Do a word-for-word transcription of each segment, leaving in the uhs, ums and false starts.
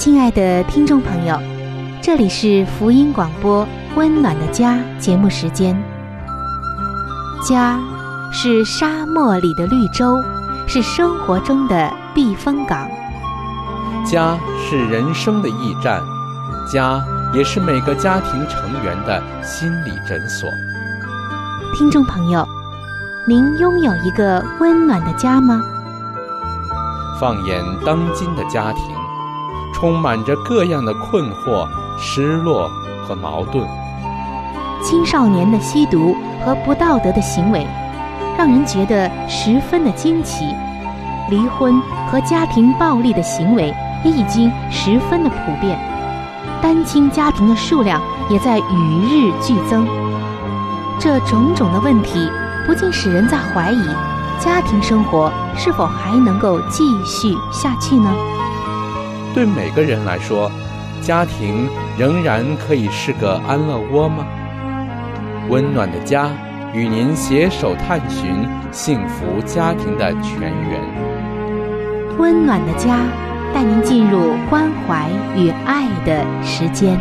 亲爱的听众朋友，这里是福音广播温暖的家节目时间。家是沙漠里的绿洲，是生活中的避风港。 家是人生的驿站，家也是每个家庭成员的心理诊所。 听众朋友，您拥有一个温暖的家吗？ 放眼当今的家庭，充满着各样的困惑、失落和矛盾。 青少年的吸毒和不道德的行为，让人觉得十分的惊奇。离婚和家庭暴力的行为也已经十分的普遍，单亲家庭的数量也在与日俱增。这种种的问题，不禁使人在怀疑，家庭生活是否还能够继续下去呢？ 对每个人来说，家庭仍然可以是个安乐窝吗？温暖的家与您携手探寻幸福家庭的泉源。 温暖的家带您进入关怀与爱的时间。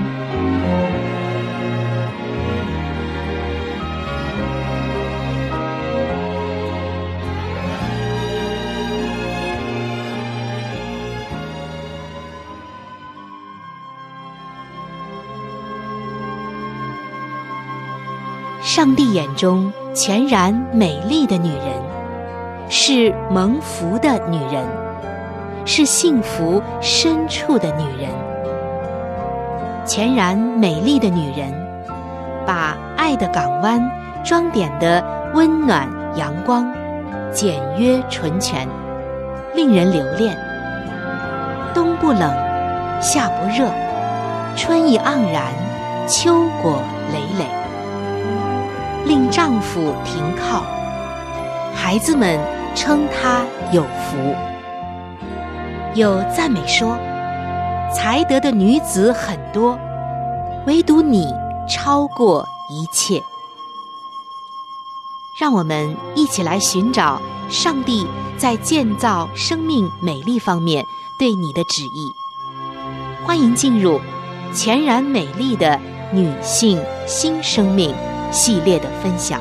上帝眼中全然美丽的女人，是蒙福的女人，是幸福深处的女人。全然美丽的女人，把爱的港湾装点得温暖阳光，简约纯全，令人留恋。冬不冷，夏不热，春意盎然，秋果累累，令丈夫停靠，孩子们称她有福。有赞美说，才德的女子很多，唯独你超过一切。让我们一起来寻找上帝在建造生命美丽方面对你的旨意。欢迎进入全然美丽的女性新生命系列的分享。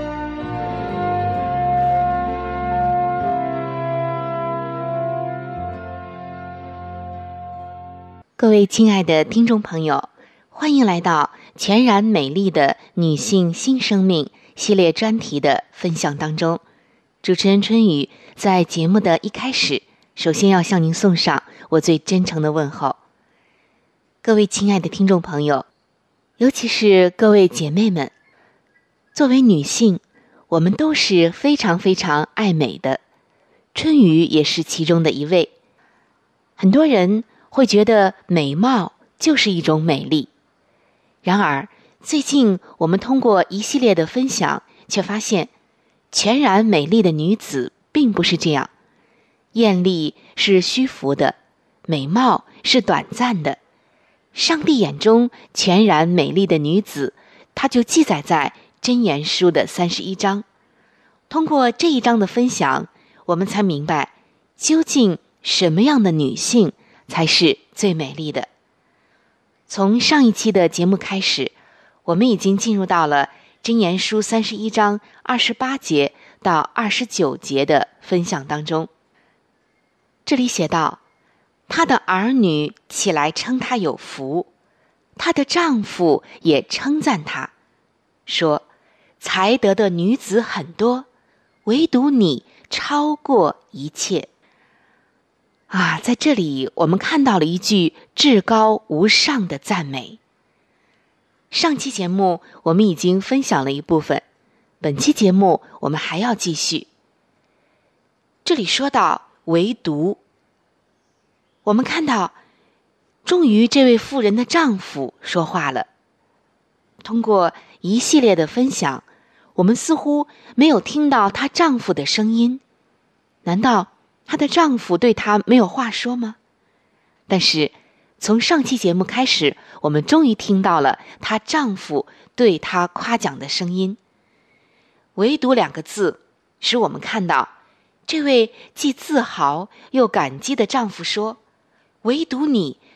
各位亲爱的听众朋友，欢迎来到全然美丽的女性新生命系列专题的分享当中。主持人春雨在节目的一开始，首先要向您送上我最真诚的问候。各位亲爱的听众朋友，尤其是各位姐妹们，作为女性，我们都是非常非常爱美的，春雨也是其中的一位。很多人会觉得美貌就是一种美丽，然而最近我们通过一系列的分享，却发现全然美丽的女子并不是这样。艳丽是虚浮的，美貌是短暂的。上帝眼中全然美丽的女子，她就记载在箴言书的三十一章。通过这一章的分享，我们才明白究竟什么样的女性才是最美丽的。从上一期的节目开始，我们已经进入到了箴言书三十一章二十八节到二十九节的分享当中。这里写道，她的儿女起来称她有福，她的丈夫也称赞她，说才德的女子很多，唯独你超过一切。啊，在这里我们看到了一句至高无上的赞美。上期节目我们已经分享了一部分，本期节目我们还要继续。这里说到唯独，我们看到终于这位妇人的丈夫说话了。通过一系列的分享，我们似乎没有听到她丈夫的声音。难道她的丈夫对她没有话说吗？但是从上期节目开始，我们终于听到了她丈夫对她夸奖的声音。唯独两个字，使我们看到这位既自豪又感激的丈夫说，唯独你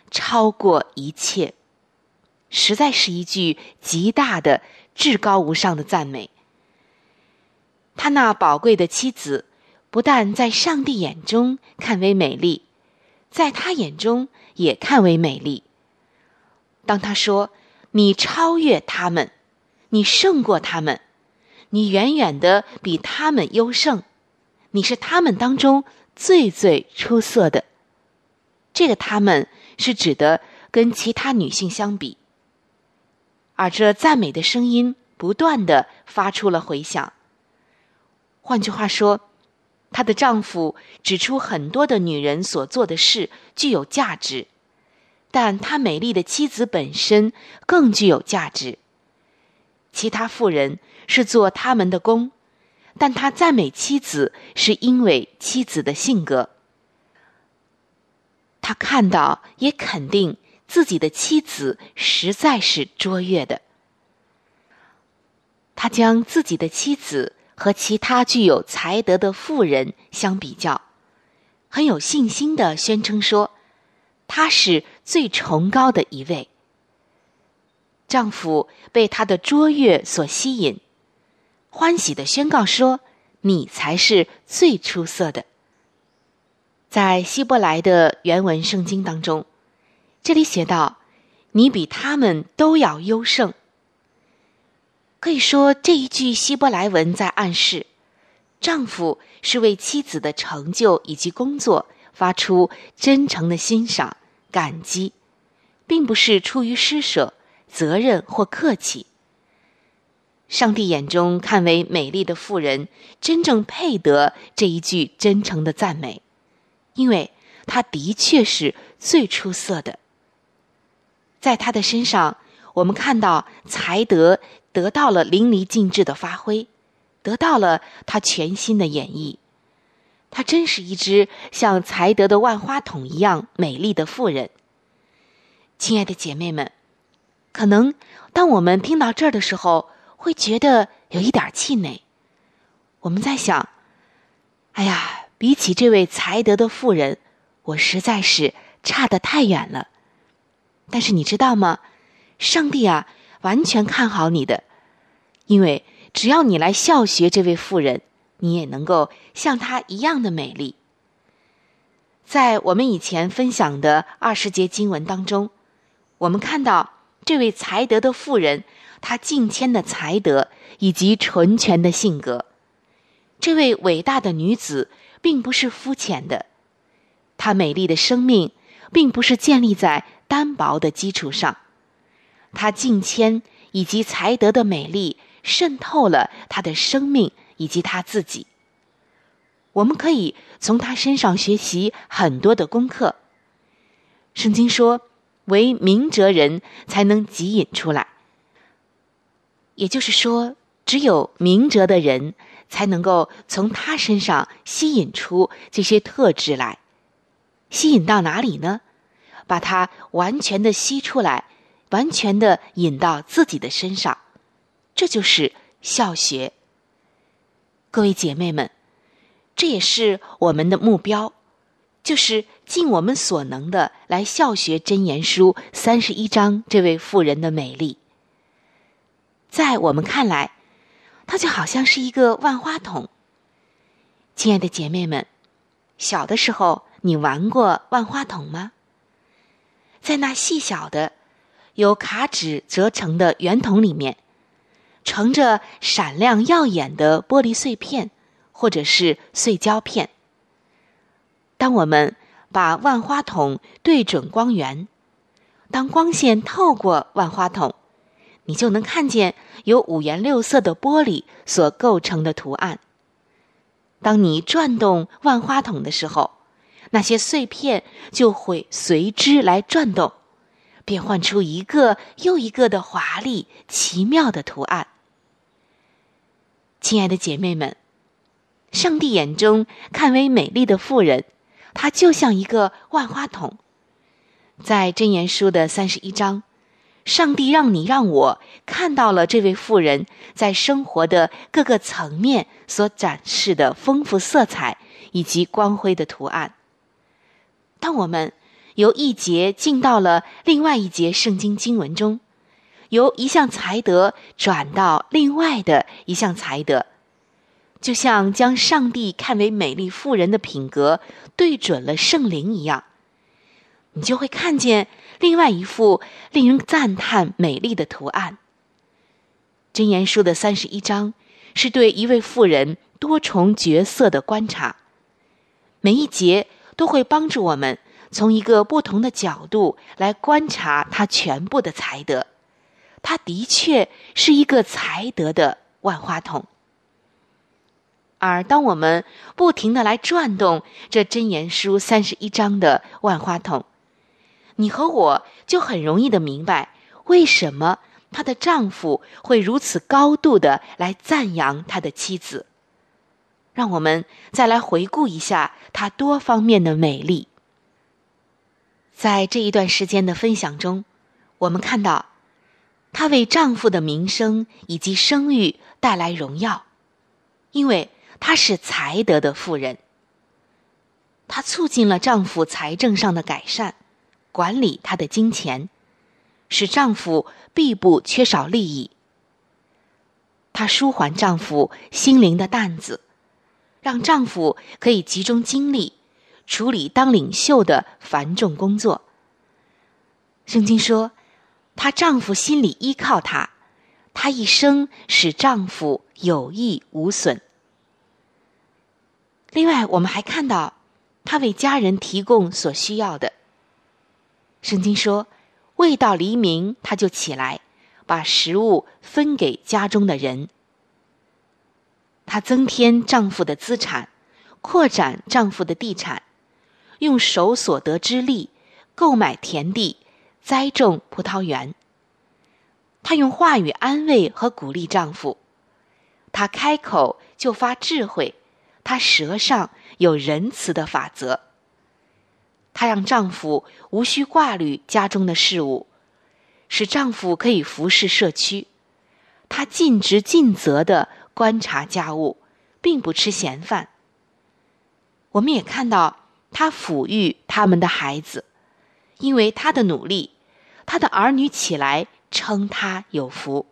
超过一切，实在是一句极大的至高无上的赞美。他那宝贵的妻子不但在上帝眼中看为美丽，在他眼中也看为美丽。当他说你超越他们，你胜过他们，你远远的比他们优胜，你是他们当中最最出色的，这个他们是指的跟其他女性相比。而这赞美的声音不断地发出了回响。换句话说，她的丈夫指出很多的女人所做的事具有价值，但她美丽的妻子本身更具有价值。其他妇人是做他们的工，但他赞美妻子是因为妻子的性格。他看到也肯定自己的妻子实在是卓越的。他将自己的妻子和其他具有才德的妇人相比较，很有信心地宣称说，她是最崇高的一位。丈夫被她的卓越所吸引，欢喜地宣告说，你才是最出色的。在希伯来的原文圣经当中，这里写道，你比他们都要优胜。可以说，这一句希伯来文在暗示，丈夫是为妻子的成就以及工作发出真诚的欣赏、感激，并不是出于施舍、责任或客气。上帝眼中看为美丽的妇人，真正配得这一句真诚的赞美，因为她的确是最出色的。在她的身上，我们看到才德得到了淋漓尽致的发挥，得到了她全新的演绎。她真是一只像才德的万花筒一样美丽的妇人。亲爱的姐妹们，可能当我们听到这儿的时候，会觉得有一点气馁。我们在想，哎呀，比起这位才德的妇人，我实在是差得太远了。但是你知道吗？上帝啊，完全看好你的，因为只要你来效学这位妇人，你也能够像她一样的美丽。在我们以前分享的二十节经文当中，我们看到这位才德的妇人，她敬谦的才德以及纯全的性格。这位伟大的女子并不是肤浅的，她美丽的生命并不是建立在单薄的基础上，她敬谦以及才德的美丽渗透了她的生命以及她自己。我们可以从她身上学习很多的功课。圣经说，唯明哲人才能汲引出来，也就是说，只有明哲的人才能够从他身上吸引出这些特质来。吸引到哪里呢？把它完全的吸出来，完全的引到自己的身上，这就是效学。各位姐妹们，这也是我们的目标，就是尽我们所能的来效学箴言书三十一章这位妇人的美丽。在我们看来，它就好像是一个万花筒。亲爱的姐妹们，小的时候你玩过万花筒吗？在那细小的由卡纸折成的圆筒里面，盛着闪亮耀眼的玻璃碎片或者是碎胶片。当我们把万花筒对准光源，当光线透过万花筒，你就能看见由五颜六色的玻璃所构成的图案。当你转动万花筒的时候，那些碎片就会随之来转动，变换出一个又一个的华丽奇妙的图案。亲爱的姐妹们，上帝眼中看为美丽的妇人，她就像一个万花筒。在箴言书的三十一章，上帝让你让我看到了这位妇人在生活的各个层面所展示的丰富色彩以及光辉的图案。当我们由一节进到了另外一节圣经经文中，由一项才德转到另外的一项才德，就像将上帝看为美丽妇人的品格对准了圣灵一样，你就会看见另外一幅令人赞叹美丽的图案。箴言书的三十一章是对一位妇人多重角色的观察，每一节都会帮助我们从一个不同的角度来观察她全部的才德。她的确是一个才德的万花筒。而当我们不停地来转动这箴言书三十一章的万花筒，你和我就很容易地明白，为什么她的丈夫会如此高度地来赞扬他的妻子。让我们再来回顾一下她多方面的美丽。在这一段时间的分享中，我们看到她为丈夫的名声以及声誉带来荣耀，因为她是才德的妇人。她促进了丈夫财政上的改善，管理他的金钱，使丈夫必不缺少利益。她舒缓丈夫心灵的担子，让丈夫可以集中精力处理当领袖的繁重工作。圣经说，她丈夫心里依靠她，她一生使丈夫有益无损。另外，我们还看到她为家人提供所需要的。圣经说，未到黎明，她就起来，把食物分给家中的人。她增添丈夫的资产，扩展丈夫的地产，用手所得之力购买田地，栽种葡萄园。她用话语安慰和鼓励丈夫，她开口就发智慧，她舌上有仁慈的法则。她让丈夫无需挂虑家中的事务，使丈夫可以服侍社区。她尽职尽责地观察家务，并不吃闲饭。我们也看到她抚育他们的孩子，因为她的努力，她的儿女起来称她有福。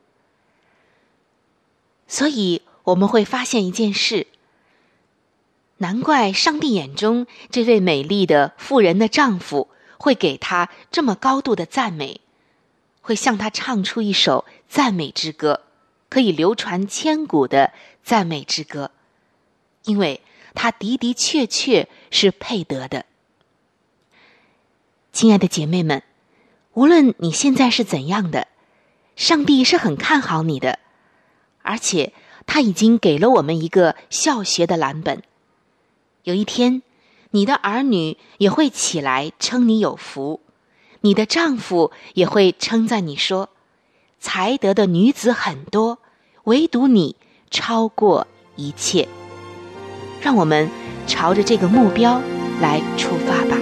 所以我们会发现一件事，难怪上帝眼中这位美丽的妇人的丈夫会给她这么高度的赞美，会向她唱出一首赞美之歌，可以流传千古的赞美之歌，因为她的的确确是配得的。亲爱的姐妹们，无论你现在是怎样的，上帝是很看好你的，而且他已经给了我们一个效学的蓝本。有一天，你的儿女也会起来称你有福，你的丈夫也会称赞你说，才德的女子很多，唯独你超过一切。让我们朝着这个目标来出发吧。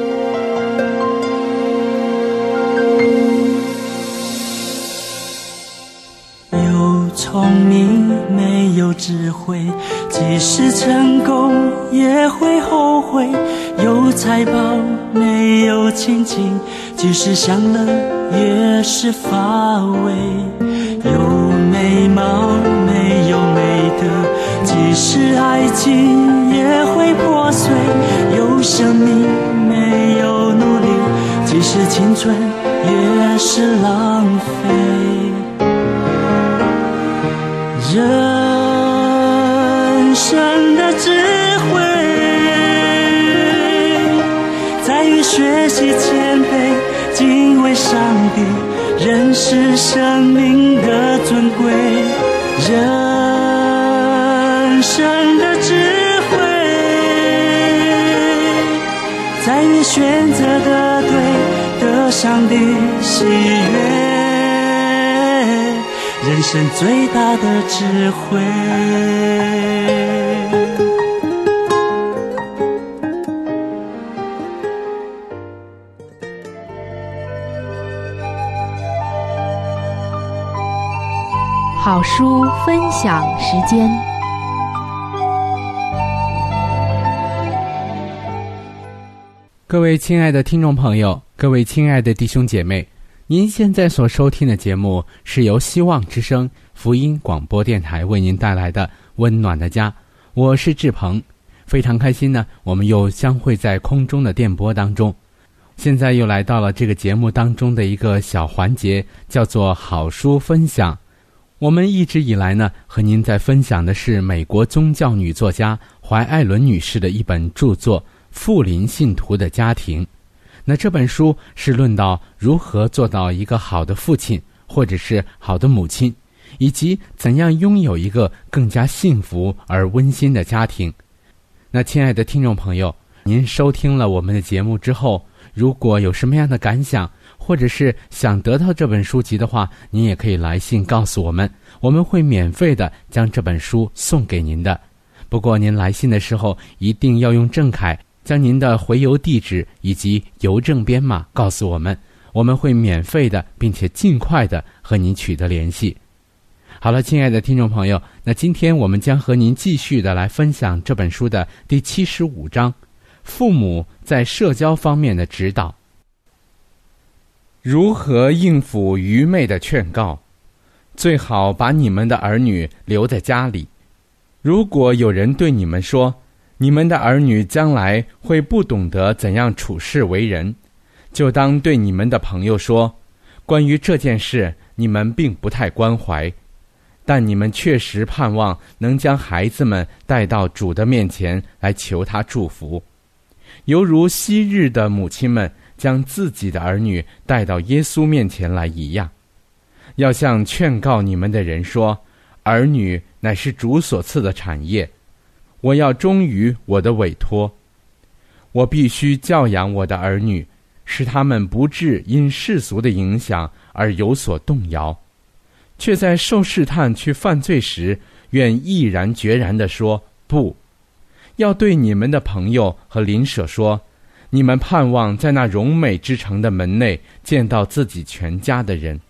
有聪明没有智慧，即使成功也会后悔；有财宝没有亲情，即使享乐也是乏味；有美貌没有美德，即使爱情也会破碎；有生命没有努力，即使青春也是浪费。人生的智慧在于学习谦卑，敬畏上帝，认识生命的尊贵。人生的智慧在于选择的对，得上帝喜悦。人生最大的智慧。 好书分享时间。 各位亲爱的听众朋友，各位亲爱的弟兄姐妹，您现在所收听的节目是由希望之声福音广播电台为您带来的温暖的家，我是志鹏，非常开心呢，我们又相会在空中的电波当中。现在又来到了这个节目当中的一个小环节，叫做好书分享。我们一直以来呢，和您在分享的是美国宗教女作家怀艾伦女士的一本著作《富林信徒的家庭》。那这本书是论到如何做到一个好的父亲或者是好的母亲，以及怎样拥有一个更加幸福而温馨的家庭。那亲爱的听众朋友，您收听了我们的节目之后，如果有什么样的感想，或者是想得到这本书籍的话，您也可以来信告诉我们，我们会免费的将这本书送给您的。不过您来信的时候一定要用正楷，将您的回邮地址以及邮政编码告诉我们，我们会免费的并且尽快的和您取得联系。好了，亲爱的听众朋友，那今天我们将和您继续的来分享这本书的第七十五章，父母在社交方面的指导。如何应付愚昧的劝告？最好把你们的儿女留在家里。如果有人对你们说，你们的儿女将来会不懂得怎样处事为人，就当对你们的朋友说，关于这件事你们并不太关怀，但你们确实盼望能将孩子们带到主的面前来求他祝福，犹如昔日的母亲们将自己的儿女带到耶稣面前来一样。要向劝告你们的人说，儿女乃是主所赐的产业，我要忠于我的委托。我必须教养我的儿女，使他们不致因世俗的影响而有所动摇，却在受试探去犯罪时，愿毅然决然地说不。要对你们的朋友和邻舍说，你们盼望在那荣美之城的门内见到自己全家的人。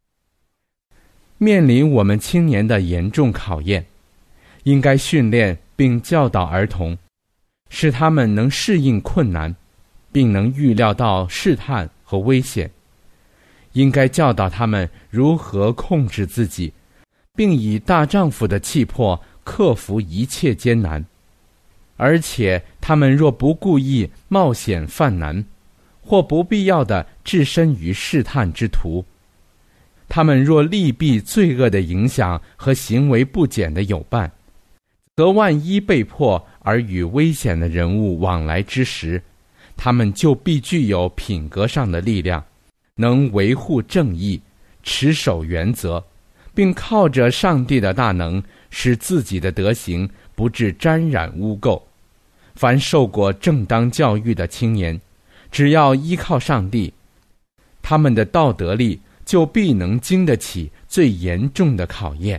面临我们青年的严重考验，应该训练并教导儿童，使他们能适应困难，并能预料到试探和危险。应该教导他们如何控制自己，并以大丈夫的气魄克服一切艰难。而且他们若不故意冒险犯难，或不必要地置身于试探之途，他们若利避罪恶的影响和行为不检的友伴，则万一被迫而与危险的人物往来之时，他们就必具有品格上的力量，能维护正义，持守原则，并靠着上帝的大能，使自己的德行不致沾染污垢。凡受过正当教育的青年，只要依靠上帝，他们的道德力就必能经得起最严重的考验。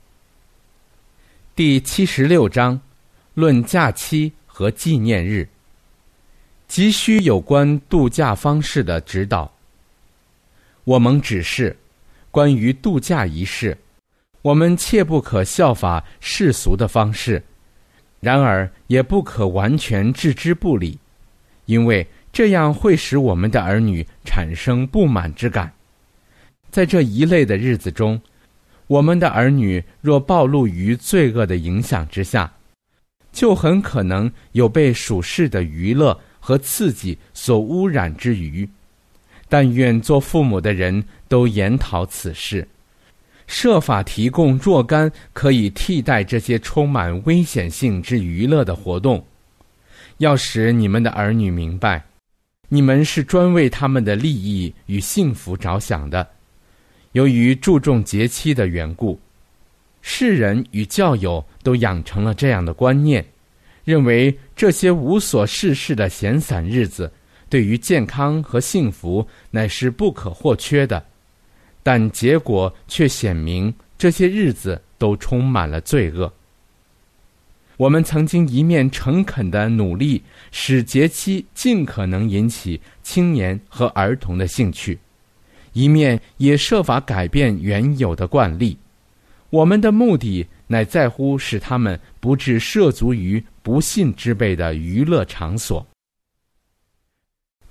第七十六章，论假期和纪念日，急需有关度假方式的指导。我们指示，关于度假一事，我们切不可效法世俗的方式，然而也不可完全置之不理，因为这样会使我们的儿女产生不满之感。在这一类的日子中，我们的儿女若暴露于罪恶的影响之下，就很可能有被属世的娱乐和刺激所污染之余。但愿做父母的人都研讨此事，设法提供若干可以替代这些充满危险性之娱乐的活动，要使你们的儿女明白，你们是专为他们的利益与幸福着想的。由于注重节期的缘故，世人与教友都养成了这样的观念，认为这些无所事事的闲散日子对于健康和幸福乃是不可或缺的，但结果却显明这些日子都充满了罪恶。我们曾经一面诚恳地努力使节期尽可能引起青年和儿童的兴趣，一面也设法改变原有的惯例。我们的目的乃在乎使他们不致涉足于不信之辈的娱乐场所。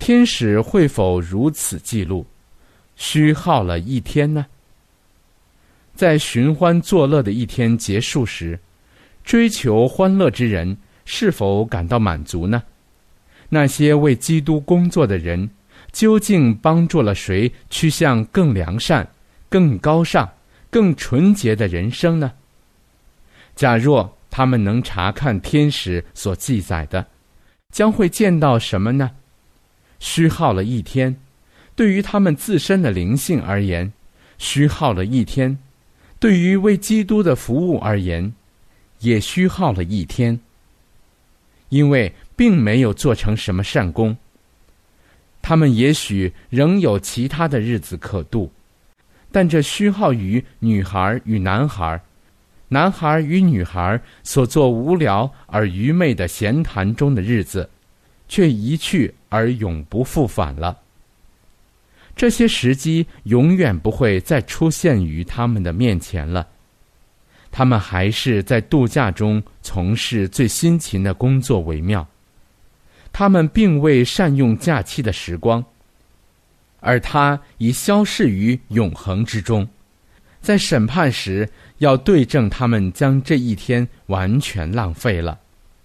天使会否如此记录，虚耗了一天呢？在寻欢作乐的一天结束时，追求欢乐之人是否感到满足呢？那些为基督工作的人，究竟帮助了谁趋向更良善、更高尚、更纯洁的人生呢？假若他们能查看天使所记载的，将会见到什么呢？虚耗了一天，对于他们自身的灵性而言，虚耗了一天，对于为基督的服务而言，也虚耗了一天，因为并没有做成什么善功。他们也许仍有其他的日子可度，但这虚耗于女孩与男孩、男孩与女孩所做无聊而愚昧的闲谈中的日子，却一去而永不复返了。这些时机永远不会再出现于他们的面前了。他们还是在度假中从事最辛勤的工作为妙。他们并未善用假期的时光，而它已消逝于永恒之中。在审判时，要对证他们将这一天完全浪费了。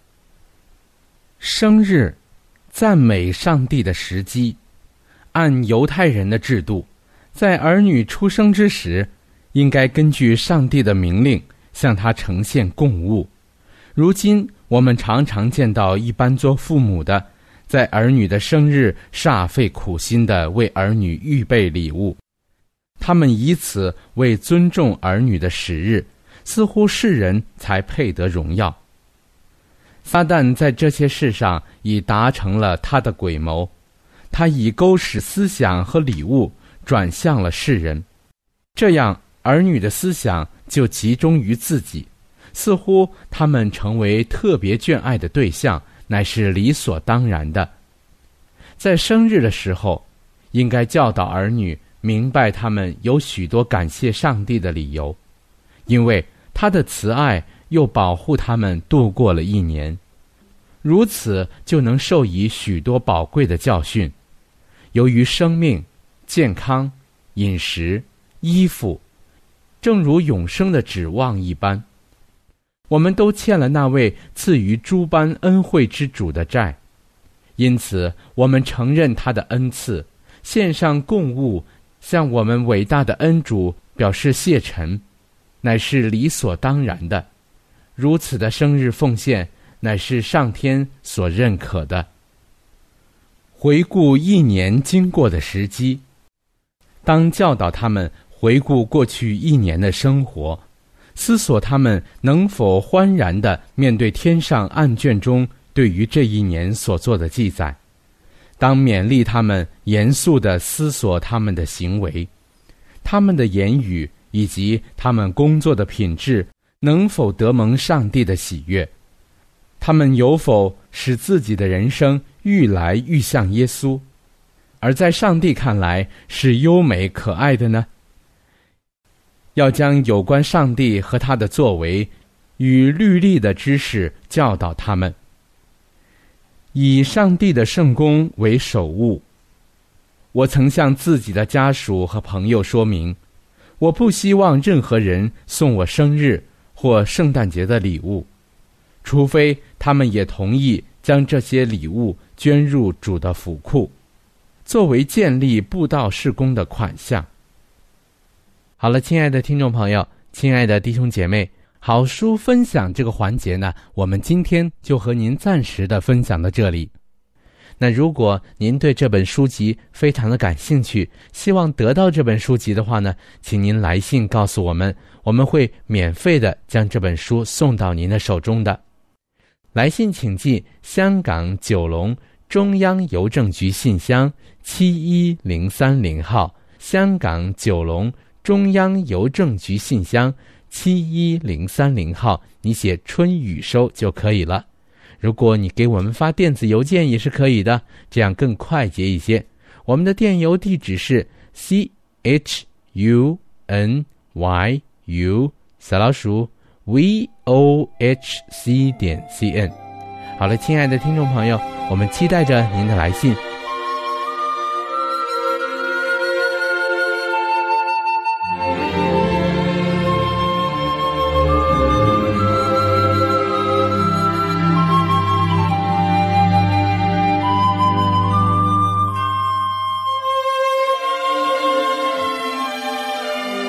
生日，赞美上帝的时机，按犹太人的制度，在儿女出生之时，应该根据上帝的命令向他呈现供物。如今我们常常见到一般做父母的，在儿女的生日煞费苦心地为儿女预备礼物，他们以此为尊重儿女的时日，似乎世人才配得荣耀。撒旦在这些事上已达成了他的诡谋，他已勾使思想和礼物转向了世人，这样儿女的思想就集中于自己，似乎他们成为特别眷爱的对象，乃是理所当然的。在生日的时候，应该教导儿女明白他们有许多感谢上帝的理由，因为他的慈爱又保护他们度过了一年，如此就能受以许多宝贵的教训。由于生命、健康、饮食、衣服，正如永生的指望一般，我们都欠了那位赐予诸般恩惠之主的债，因此我们承认他的恩赐，献上供物，向我们伟大的恩主表示谢忱，乃是理所当然的。如此的生日奉献，乃是上天所认可的。回顾一年经过的时机，当教导他们回顾过去一年的生活，思索他们能否欢然地面对天上案卷中对于这一年所做的记载，当勉励他们严肃地思索他们的行为，他们的言语以及他们工作的品质能否得蒙上帝的喜悦，他们有否使自己的人生愈来愈像耶稣，而在上帝看来是优美可爱的呢？要将有关上帝和他的作为与律例的知识教导他们，以上帝的圣工为首务。我曾向自己的家属和朋友说明，我不希望任何人送我生日或圣诞节的礼物，除非他们也同意将这些礼物捐入主的府库，作为建立布道事工的款项。好了，亲爱的听众朋友，亲爱的弟兄姐妹，好书分享这个环节呢，我们今天就和您暂时的分享到这里。那如果您对这本书籍非常的感兴趣，希望得到这本书籍的话呢，请您来信告诉我们，我们会免费的将这本书送到您的手中的。来信请寄香港九龙中央邮政局信箱七一零三零号，香港九龙中央邮政局信箱七一零三零号，你写春雨收就可以了。如果你给我们发电子邮件也是可以的，这样更快捷一些。我们的电邮地址是 c h u n y u 小老鼠 v o h c 点 c n。好了，亲爱的听众朋友，我们期待着您的来信。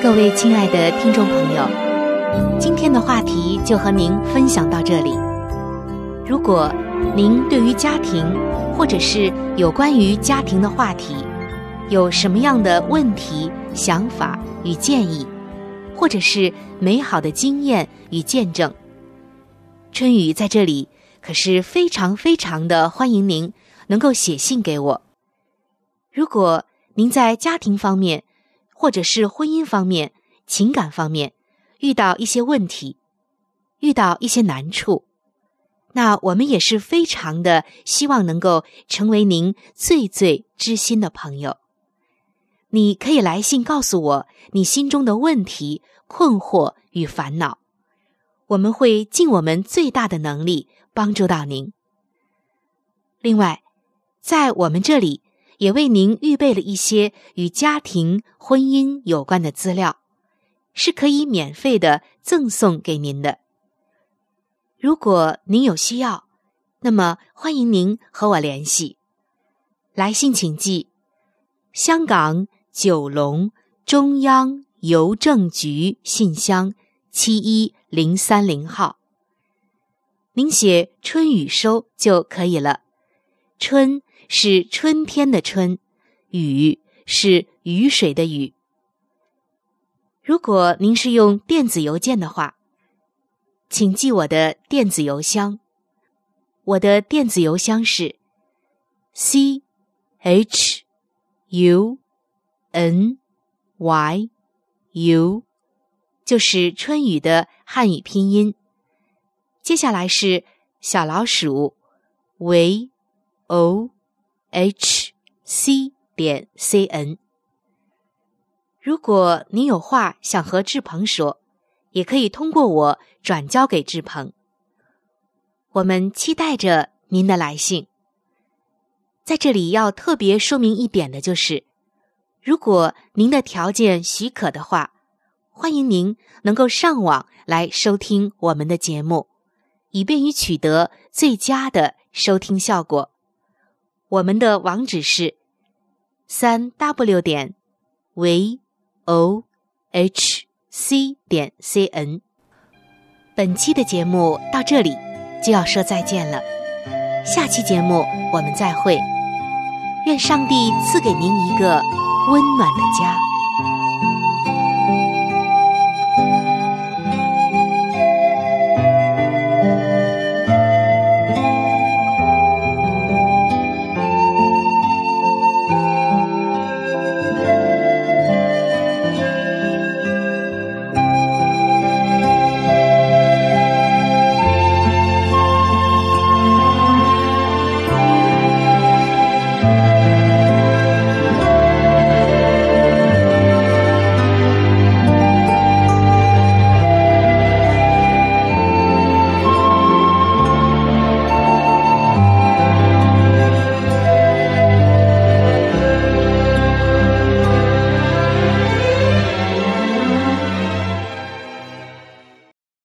各位亲爱的听众朋友，今天的话题就和您分享到这里。如果您对于家庭或者是有关于家庭的话题有什么样的问题、想法与建议，或者是美好的经验与见证，春雨在这里可是非常非常的欢迎您能够写信给我。如果您在家庭方面或者是婚姻方面、情感方面遇到一些问题，遇到一些难处，那我们也是非常的希望能够成为您最最知心的朋友。你可以来信告诉我你心中的问题、困惑与烦恼，我们会尽我们最大的能力帮助到您。另外，在我们这里也为您预备了一些与家庭、婚姻有关的资料，是可以免费的赠送给您的。如果您有需要，那么欢迎您和我联系。来信请寄香港九龙中央邮政局信箱七一零三零号。您写春雨收就可以了。春是春天的春，雨是雨水的雨。如果您是用电子邮件的话，请记我的电子邮箱。我的电子邮箱是 c h u n y u， 就是春雨的汉语拼音。接下来是小老鼠 v o h c 点 c n。 如果您有话想和志鹏说，也可以通过我转交给志鹏。我们期待着您的来信。在这里要特别说明一点的就是，如果您的条件许可的话，欢迎您能够上网来收听我们的节目，以便于取得最佳的收听效果。我们的网址是 三 w 点 v o h c 点 c n。 本期的节目到这里就要说再见了，下期节目我们再会。愿上帝赐给您一个温暖的家。